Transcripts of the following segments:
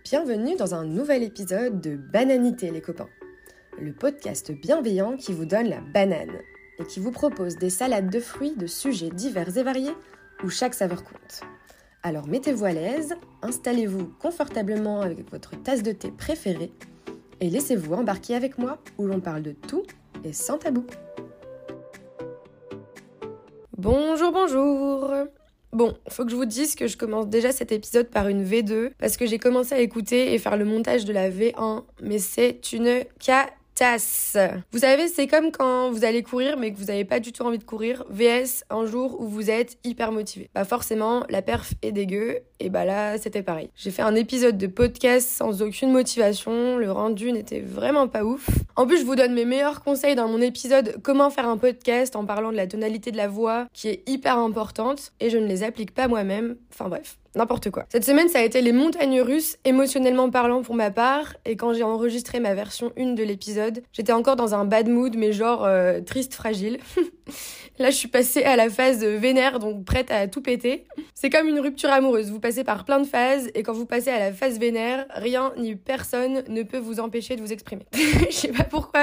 Bienvenue dans un nouvel épisode de Bananité les copains, le podcast bienveillant qui vous donne la banane et qui vous propose des salades de fruits de sujets divers et variés où chaque saveur compte. Alors mettez-vous à l'aise, installez-vous confortablement avec votre tasse de thé préférée et laissez-vous embarquer avec moi où l'on parle de tout et sans tabou. Bonjour. Bon, faut que je vous dise que je commence déjà cet épisode par une V2 parce que j'ai commencé à écouter et faire le montage de la V1, mais c'est une catasse. Vous savez, c'est comme quand vous allez courir mais que vous n'avez pas du tout envie de courir, VS un jour où vous êtes hyper motivé. Bah forcément, la perf est dégueu et bah là, c'était pareil. J'ai fait un épisode de podcast sans aucune motivation, le rendu n'était vraiment pas ouf. En plus, je vous donne mes meilleurs conseils dans mon épisode Comment faire un podcast en parlant de la tonalité de la voix qui est hyper importante et je ne les applique pas moi-même. Enfin bref, n'importe quoi. Cette semaine, ça a été les montagnes russes, émotionnellement parlant pour ma part, et quand j'ai enregistré ma version 1 de l'épisode, j'étais encore dans un bad mood, mais genre triste, fragile. Là, je suis passée à la phase vénère, donc prête à tout péter. C'est comme une rupture amoureuse, vous passez par plein de phases, et quand vous passez à la phase vénère, rien ni personne ne peut vous empêcher de vous exprimer. Je sais pas pourquoi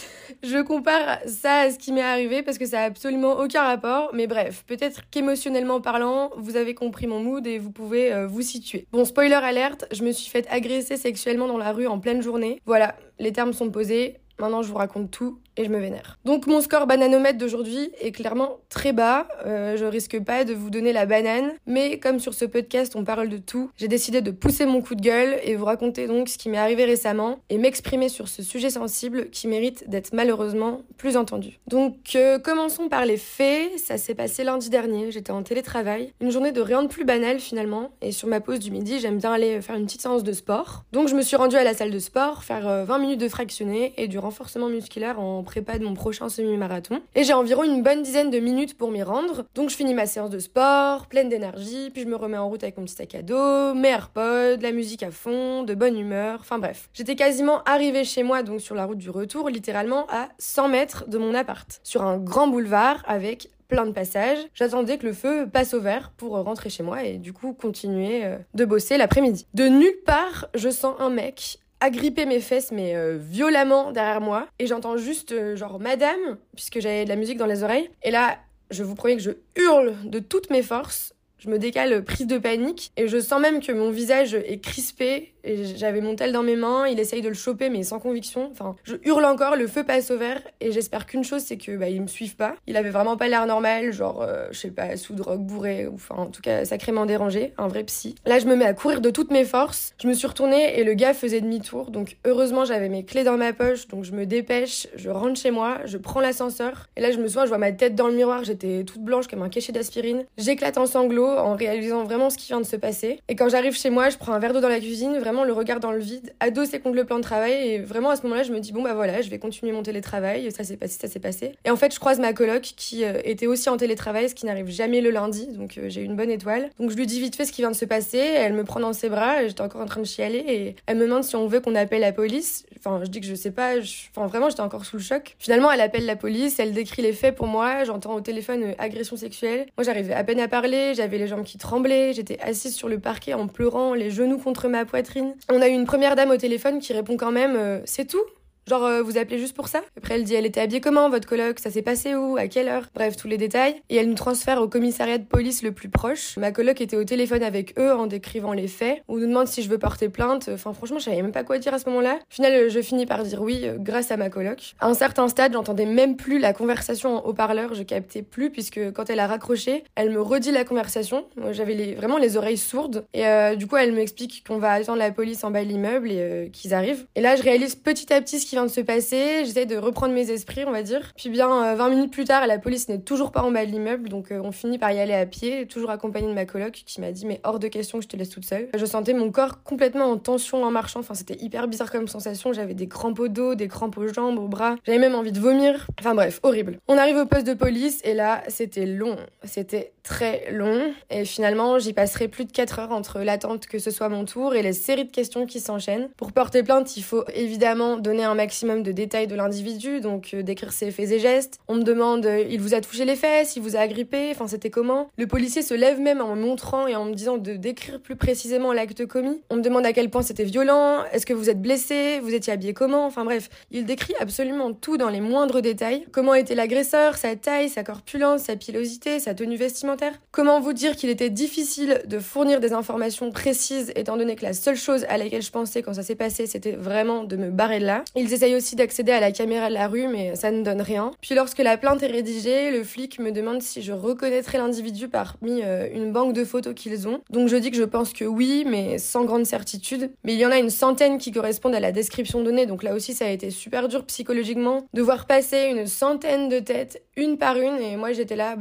je compare ça à ce qui m'est arrivé, parce que ça a absolument aucun rapport, mais bref, peut-être qu'émotionnellement parlant, vous avez compris mon mood et vous pouvez vous situer. Bon, spoiler alerte, je me suis faite agresser sexuellement dans la rue en pleine journée. Voilà, les termes sont posés. Maintenant, je vous raconte tout et je me vénère. Donc, mon score bananomètre d'aujourd'hui est clairement très bas. Je risque pas de vous donner la banane. Mais comme sur ce podcast, on parle de tout, j'ai décidé de pousser mon coup de gueule et vous raconter donc ce qui m'est arrivé récemment et m'exprimer sur ce sujet sensible qui mérite d'être malheureusement plus entendu. Donc, commençons par les faits. Ça s'est passé lundi dernier. J'étais en télétravail. Une journée de rien de plus banal finalement. Et sur ma pause du midi, j'aime bien aller faire une petite séance de sport. Donc, je me suis rendue à la salle de sport, faire 20 minutes de fractionné et du renforcement musculaire en prépa de mon prochain semi-marathon. Et j'ai environ une bonne dizaine de minutes pour m'y rendre. Donc je finis ma séance de sport, pleine d'énergie, puis je me remets en route avec mon petit sac à dos, mes AirPods, la musique à fond, de bonne humeur, enfin bref. J'étais quasiment arrivée chez moi, donc sur la route du retour, littéralement à 100 mètres de mon appart, sur un grand boulevard avec plein de passages. J'attendais que le feu passe au vert pour rentrer chez moi et du coup continuer de bosser l'après-midi. De nulle part, je sens un mec agripper mes fesses mais violemment derrière moi et j'entends juste genre madame puisque j'avais de la musique dans les oreilles et là je vous promets que je hurle de toutes mes forces. Je me décale prise de panique et je sens même que mon visage est crispé et j'avais mon tel dans mes mains, il essaye de le choper mais sans conviction. Enfin, je hurle encore, le feu passe au vert et j'espère qu'une chose c'est que ils me suivent pas. Il avait vraiment pas l'air normal, genre je sais pas, sous drogue, bourré ou enfin en tout cas sacrément dérangé, un vrai psy. Là, je me mets à courir de toutes mes forces. Je me suis retournée et le gars faisait demi-tour. Donc heureusement, j'avais mes clés dans ma poche, donc je me dépêche, je rentre chez moi, je prends l'ascenseur et là je me souviens, je vois ma tête dans le miroir, j'étais toute blanche comme un cachet d'aspirine. J'éclate en sanglots en réalisant vraiment ce qui vient de se passer. Et quand j'arrive chez moi, je prends un verre d'eau dans la cuisine, vraiment le regard dans le vide, adossé contre le plan de travail, et vraiment à ce moment-là, je me dis bon bah voilà, je vais continuer mon télétravail, ça s'est passé. Et en fait, je croise ma coloc qui était aussi en télétravail, ce qui n'arrive jamais le lundi, donc j'ai une bonne étoile. Donc je lui dis vite fait ce qui vient de se passer, elle me prend dans ses bras, j'étais encore en train de chialer, et elle me demande si on veut qu'on appelle la police. Enfin, je dis que je sais pas, enfin vraiment, j'étais encore sous le choc. Finalement, elle appelle la police, elle décrit les faits pour moi, j'entends au téléphone agression sexuelle. Moi, j'arrivais à peine à parler, j'avais les jambes qui tremblait, j'étais assise sur le parquet en pleurant, les genoux contre ma poitrine. On a eu une première dame au téléphone qui répond quand même c'est tout ? Genre, vous appelez juste pour ça ? Après, elle dit, elle était habillée comment, votre coloc ? Ça s'est passé où ? À quelle heure ? Bref, tous les détails. Et elle nous transfère au commissariat de police le plus proche. Ma coloc était au téléphone avec eux en décrivant les faits. On nous demande si je veux porter plainte. Enfin, franchement, je savais même pas quoi dire à ce moment-là. Au final, je finis par dire oui, grâce à ma coloc. À un certain stade, j'entendais même plus la conversation en haut-parleur. Je captais plus, puisque quand elle a raccroché, elle me redit la conversation. Moi, j'avais vraiment les oreilles sourdes. Et du coup, elle m'explique qu'on va attendre la police en bas de l'immeuble et qu'ils arrivent. Et là, je réalise petit à petit ce qui vient de se passer, j'essaie de reprendre mes esprits, on va dire. Puis bien, 20 minutes plus tard, la police n'est toujours pas en bas de l'immeuble, donc on finit par y aller à pied, toujours accompagnée de ma coloc, qui m'a dit « mais hors de question que je te laisse toute seule ». Je sentais mon corps complètement en tension en marchant, enfin c'était hyper bizarre comme sensation, j'avais des crampes au dos, des crampes aux jambes, aux bras, j'avais même envie de vomir, enfin bref, horrible. On arrive au poste de police, et là, c'était long, c'était très long, et finalement, j'y passerai plus de 4 heures entre l'attente que ce soit mon tour et les séries de questions qui s'enchaînent. Pour porter plainte, il faut évidemment donner un maximum de détails de l'individu, donc décrire ses faits et gestes. On me demande, il vous a touché les fesses, il vous a agrippé, enfin c'était comment? Le policier se lève même en me montrant et en me disant de décrire plus précisément l'acte commis. On me demande à quel point c'était violent, est-ce que vous êtes blessé, vous étiez habillé comment, enfin bref. Il décrit absolument tout dans les moindres détails. Comment était l'agresseur, sa taille, sa corpulence, sa pilosité, sa tenue vestimentaire. Comment vous dire qu'il était difficile de fournir des informations précises étant donné que la seule chose à laquelle je pensais quand ça s'est passé, c'était vraiment de me barrer de là. Ils essayent aussi d'accéder à la caméra de la rue, mais ça ne donne rien. Puis lorsque la plainte est rédigée, le flic me demande si je reconnaîtrais l'individu parmi une banque de photos qu'ils ont. Donc je dis que je pense que oui, mais sans grande certitude. Mais il y en a une centaine qui correspondent à la description donnée, donc là aussi ça a été super dur psychologiquement de voir passer une centaine de têtes, une par une, et moi j'étais là,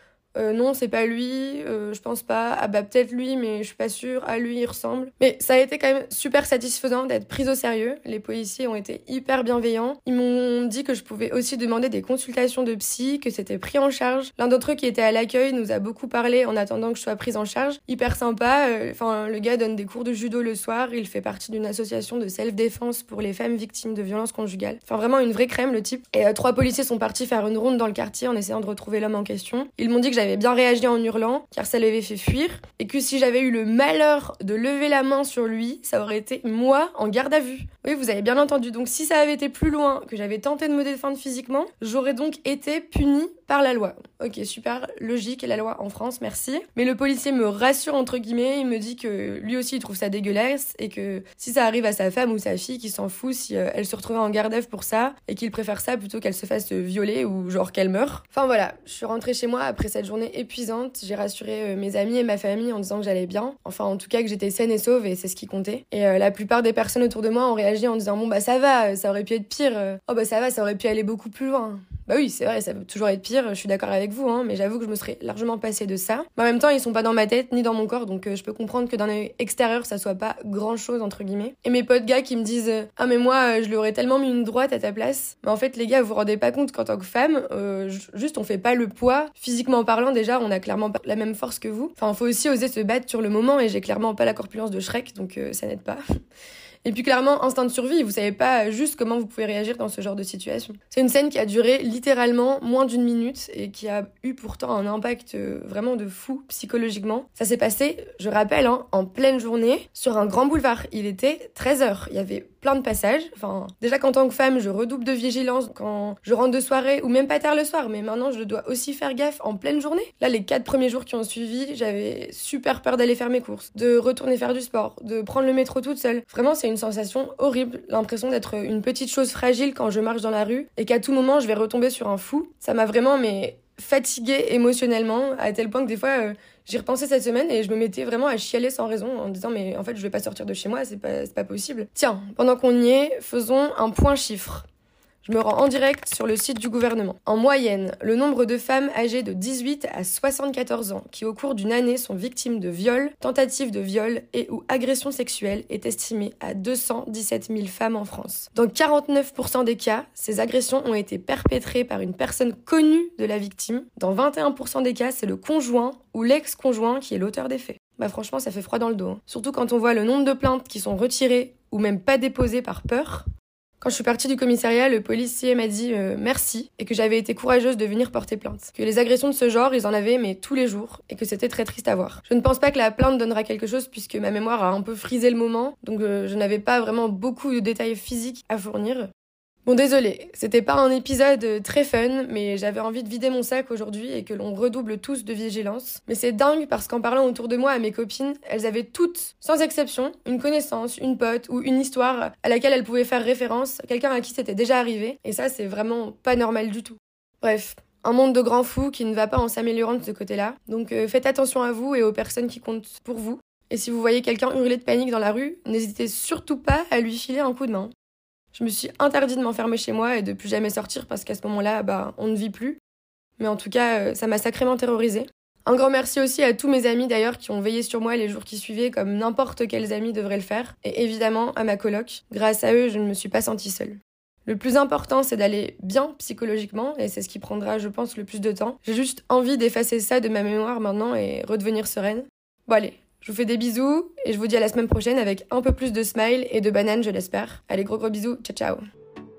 non, c'est pas lui, je pense pas. Ah bah peut-être lui, mais je suis pas sûre. Ah lui, il ressemble. Mais ça a été quand même super satisfaisant d'être prise au sérieux. Les policiers ont été hyper bienveillants. Ils m'ont dit que je pouvais aussi demander des consultations de psy, que c'était pris en charge. L'un d'entre eux qui était à l'accueil nous a beaucoup parlé en attendant que je sois prise en charge. Hyper sympa. Le gars donne des cours de judo le soir. Il fait partie d'une association de self-défense pour les femmes victimes de violences conjugales. Enfin vraiment une vraie crème le type. Et 3 policiers sont partis faire une ronde dans le quartier en essayant de retrouver l'homme en question. Ils m'ont dit que j'avais bien réagi en hurlant, car ça l'avait fait fuir, et que si j'avais eu le malheur de lever la main sur lui, ça aurait été moi en garde à vue. Oui, vous avez bien entendu. Donc si ça avait été plus loin, que j'avais tenté de me défendre physiquement, j'aurais donc été punie par la loi. Ok, super, logique, et la loi en France, merci. Mais le policier me rassure entre guillemets, il me dit que lui aussi il trouve ça dégueulasse, et que si ça arrive à sa femme ou sa fille, qu'il s'en fout si elle se retrouvait en garde à vue pour ça, et qu'il préfère ça plutôt qu'elle se fasse violer ou genre qu'elle meure. Enfin voilà, je suis rentrée chez moi après cette journée épuisante, j'ai rassuré mes amis et ma famille en disant que j'allais bien, enfin en tout cas que j'étais saine et sauve, et c'est ce qui comptait. Et la plupart des personnes autour de moi ont réagi en disant bon bah ça va, ça aurait pu être pire, oh bah ça va, ça aurait pu aller beaucoup plus loin. Bah oui, c'est vrai, ça peut toujours être pire, je suis d'accord avec vous, mais j'avoue que je me serais largement passée de ça. Mais en même temps, ils sont pas dans ma tête, ni dans mon corps, donc je peux comprendre que d'un œil extérieur, ça soit pas grand-chose, entre guillemets. Et mes potes gars qui me disent « Ah mais moi, je lui aurais tellement mis une droite à ta place ». Mais en fait, les gars, vous vous rendez pas compte qu'en tant que femme, juste on fait pas le poids. Physiquement parlant, déjà, on a clairement pas la même force que vous. Enfin, faut aussi oser se battre sur le moment, et j'ai clairement pas la corpulence de Shrek, donc ça n'aide pas. Et puis clairement, instinct de survie, vous savez pas juste comment vous pouvez réagir dans ce genre de situation. C'est une scène qui a duré littéralement moins d'1 minute et qui a eu pourtant un impact vraiment de fou psychologiquement. Ça s'est passé, je rappelle, en pleine journée, sur un grand boulevard. Il était 13h, il y avait plein de passages. Enfin, déjà qu'en tant que femme, je redouble de vigilance quand je rentre de soirée, ou même pas tard le soir, mais maintenant je dois aussi faire gaffe en pleine journée. Là, les 4 premiers jours qui ont suivi, j'avais super peur d'aller faire mes courses, de retourner faire du sport, de prendre le métro toute seule. Vraiment, c'est une sensation horrible, l'impression d'être une petite chose fragile quand je marche dans la rue et qu'à tout moment je vais retomber sur un fou. Ça m'a vraiment fatiguée émotionnellement, à tel point que des fois j'y repensais cette semaine et je me mettais vraiment à chialer sans raison en disant mais en fait je vais pas sortir de chez moi, c'est pas possible. Tiens, pendant qu'on y est, faisons un point chiffre. Je me rends en direct sur le site du gouvernement. En moyenne, le nombre de femmes âgées de 18 à 74 ans qui au cours d'une année sont victimes de viols, tentatives de viol et ou agressions sexuelles est estimé à 217 000 femmes en France. Dans 49% des cas, ces agressions ont été perpétrées par une personne connue de la victime. Dans 21% des cas, c'est le conjoint ou l'ex-conjoint qui est l'auteur des faits. Bah franchement, ça fait froid dans le dos. Surtout quand on voit le nombre de plaintes qui sont retirées ou même pas déposées par peur. Quand je suis partie du commissariat, le policier m'a dit merci et que j'avais été courageuse de venir porter plainte. Que les agressions de ce genre, ils en avaient mais tous les jours et que c'était très triste à voir. Je ne pense pas que la plainte donnera quelque chose puisque ma mémoire a un peu frisé le moment, donc je n'avais pas vraiment beaucoup de détails physiques à fournir. Bon, désolé, c'était pas un épisode très fun, mais j'avais envie de vider mon sac aujourd'hui et que l'on redouble tous de vigilance. Mais c'est dingue parce qu'en parlant autour de moi à mes copines, elles avaient toutes, sans exception, une connaissance, une pote ou une histoire à laquelle elles pouvaient faire référence, quelqu'un à qui c'était déjà arrivé, et ça c'est vraiment pas normal du tout. Bref, un monde de grands fous qui ne va pas en s'améliorant de ce côté-là, donc faites attention à vous et aux personnes qui comptent pour vous. Et si vous voyez quelqu'un hurler de panique dans la rue, n'hésitez surtout pas à lui filer un coup de main. Je me suis interdit de m'enfermer chez moi et de plus jamais sortir parce qu'à ce moment-là, on ne vit plus. Mais en tout cas, ça m'a sacrément terrorisée. Un grand merci aussi à tous mes amis d'ailleurs qui ont veillé sur moi les jours qui suivaient comme n'importe quels amis devraient le faire. Et évidemment à ma coloc. Grâce à eux, je ne me suis pas sentie seule. Le plus important, c'est d'aller bien psychologiquement et c'est ce qui prendra, je pense, le plus de temps. J'ai juste envie d'effacer ça de ma mémoire maintenant et redevenir sereine. Bon allez. Je vous fais des bisous et je vous dis à la semaine prochaine avec un peu plus de smile et de banane, je l'espère. Allez, gros bisous, ciao ciao.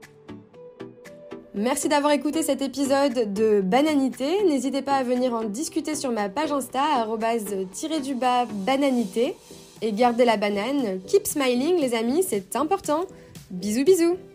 Merci d'avoir écouté cet épisode de Bananité. N'hésitez pas à venir en discuter sur ma page Insta, @_bananité. Et gardez la banane. Keep smiling les amis, c'est important. Bisous bisous.